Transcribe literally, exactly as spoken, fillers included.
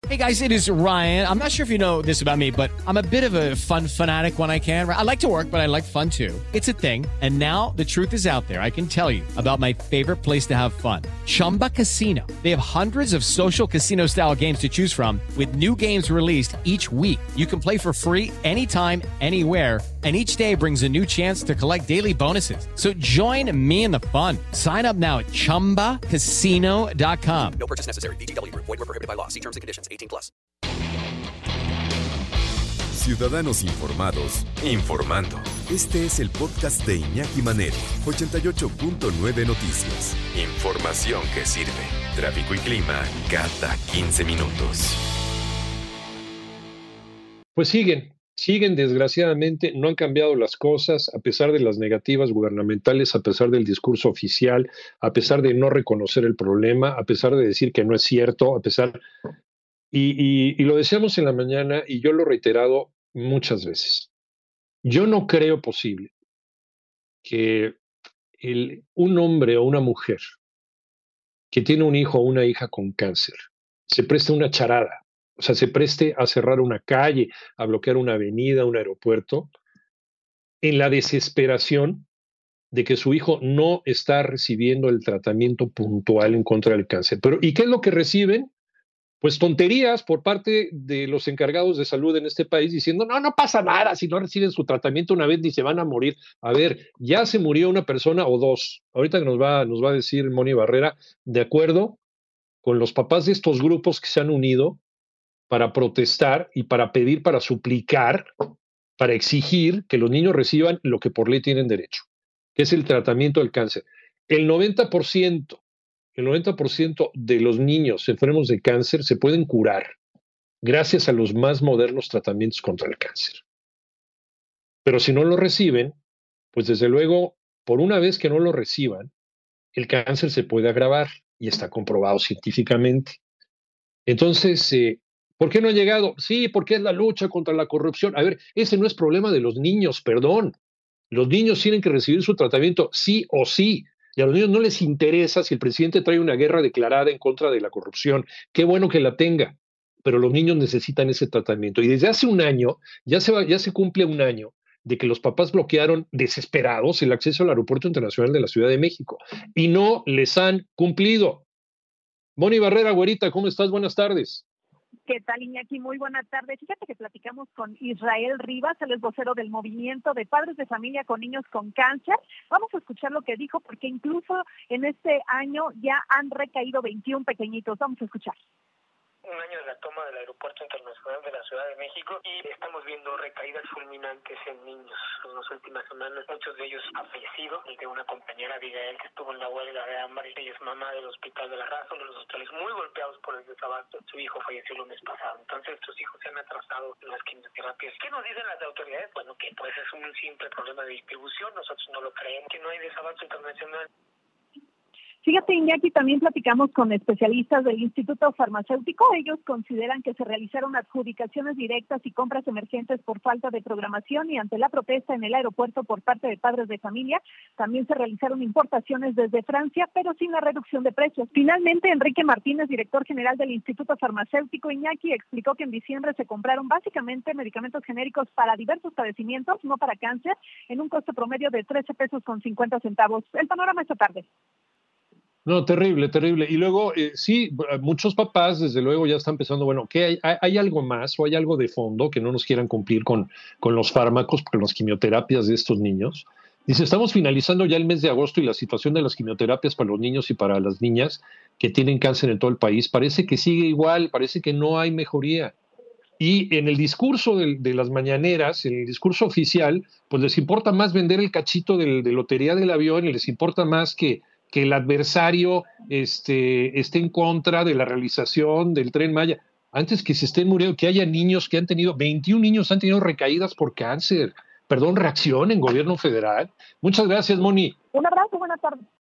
Hey guys, it is Ryan. I'm not sure if you know this about me, but I'm a bit of a fun fanatic when I can. I like to work, but I like fun too. It's a thing. And now the truth is out there. I can tell you about my favorite place to have fun. Chumba Casino. They have hundreds of social casino style games to choose from with new games released each week. You can play for free anytime, anywhere. And each day brings a new chance to collect daily bonuses. So join me in the fun. Sign up now at chumba casino dot com. No purchase necessary. V G W. Void where prohibited by law. See terms and conditions. eighteen plus. Ciudadanos informados, informando. Este es el podcast de Iñaki Manero, ochenta y ocho punto nueve Noticias. Información que sirve. Tráfico y clima cada quince minutos. Pues siguen, siguen desgraciadamente, no han cambiado las cosas a pesar de las negativas gubernamentales, a pesar del discurso oficial, a pesar de no reconocer el problema, a pesar de decir que no es cierto, a pesar... Y, y, y lo decíamos en la mañana y yo lo he reiterado muchas veces. Yo no creo posible que el, un hombre o una mujer que tiene un hijo o una hija con cáncer se preste una charada, o sea, se preste a cerrar una calle, a bloquear una avenida, un aeropuerto, en la desesperación de que su hijo no está recibiendo el tratamiento puntual en contra del cáncer. Pero, ¿y qué es lo que reciben? Pues tonterías por parte de los encargados de salud en este país diciendo, no, no pasa nada, si no reciben su tratamiento una vez ni se van a morir. A ver, ya se murió una persona o dos. Ahorita nos va, nos va a decir Moni Barrera, de acuerdo con los papás de estos grupos que se han unido para protestar y para pedir, para suplicar, para exigir que los niños reciban lo que por ley tienen derecho, que es el tratamiento del cáncer. El noventa por ciento El noventa por ciento de los niños enfermos de cáncer se pueden curar gracias a los más modernos tratamientos contra el cáncer. Pero si no lo reciben, pues desde luego, por una vez que no lo reciban, el cáncer se puede agravar y está comprobado científicamente. Entonces, eh, ¿por qué no ha llegado? Sí, porque es la lucha contra la corrupción. A ver, ese no es problema de los niños, perdón. Los niños tienen que recibir su tratamiento sí o sí. Y a los niños no les interesa si el presidente trae una guerra declarada en contra de la corrupción. Qué bueno que la tenga, pero los niños necesitan ese tratamiento. Y desde hace un año, ya se, va, ya se cumple un año de que los papás bloquearon desesperados el acceso al Aeropuerto Internacional de la Ciudad de México. Y no les han cumplido. Moni Barrera, güerita, ¿cómo estás? Buenas tardes. ¿Qué tal, Iñaki? Muy buena tarde. Fíjate que platicamos con Israel Rivas, él es vocero del movimiento de padres de familia con niños con cáncer. Vamos a escuchar lo que dijo, porque incluso en este año ya han recaído veintiún pequeñitos. Vamos a escuchar. Un año de la toma del Aeropuerto Internacional de la Ciudad de México y estamos viendo recaídas fulminantes en niños. En las últimas semanas muchos de ellos han fallecido. El de una compañera, Abigail, que estuvo en la huelga de hambre, ella es mamá del Hospital de la Raza, uno de los hospitales muy golpeados por el desabasto. Su hijo falleció el lunes pasado. Entonces estos hijos se han atrasado en las quimioterapias. ¿Qué nos dicen las autoridades? Bueno, que pues es un simple problema de distribución. Nosotros no lo creemos, que no hay desabasto internacional. Fíjate, Iñaki, también platicamos con especialistas del Instituto Farmacéutico. Ellos consideran que se realizaron adjudicaciones directas y compras emergentes por falta de programación, y ante la protesta en el aeropuerto por parte de padres de familia, también se realizaron importaciones desde Francia, pero sin la reducción de precios. Finalmente, Enrique Martínez, director general del Instituto Farmacéutico, Iñaki, explicó que en diciembre se compraron básicamente medicamentos genéricos para diversos padecimientos, no para cáncer, en un costo promedio de trece pesos con cincuenta centavos. El panorama esta tarde. No, terrible, terrible. Y luego, eh, sí, muchos papás, desde luego, ya están pensando, bueno, ¿qué hay, hay, hay algo más o hay algo de fondo que no nos quieran cumplir con, con los fármacos, con las quimioterapias de estos niños? Dice, estamos finalizando ya el mes de agosto y la situación de las quimioterapias para los niños y para las niñas que tienen cáncer en todo el país parece que sigue igual, parece que no hay mejoría. Y en el discurso de, de las mañaneras, en el discurso oficial, pues les importa más vender el cachito de, de lotería del avión y les importa más que que el adversario este, esté en contra de la realización del Tren Maya, antes que se estén muriendo, que haya niños que han tenido, veintiún niños han tenido recaídas por cáncer. Perdón, reacción en gobierno federal. Muchas gracias, Moni. Un abrazo, buenas tardes.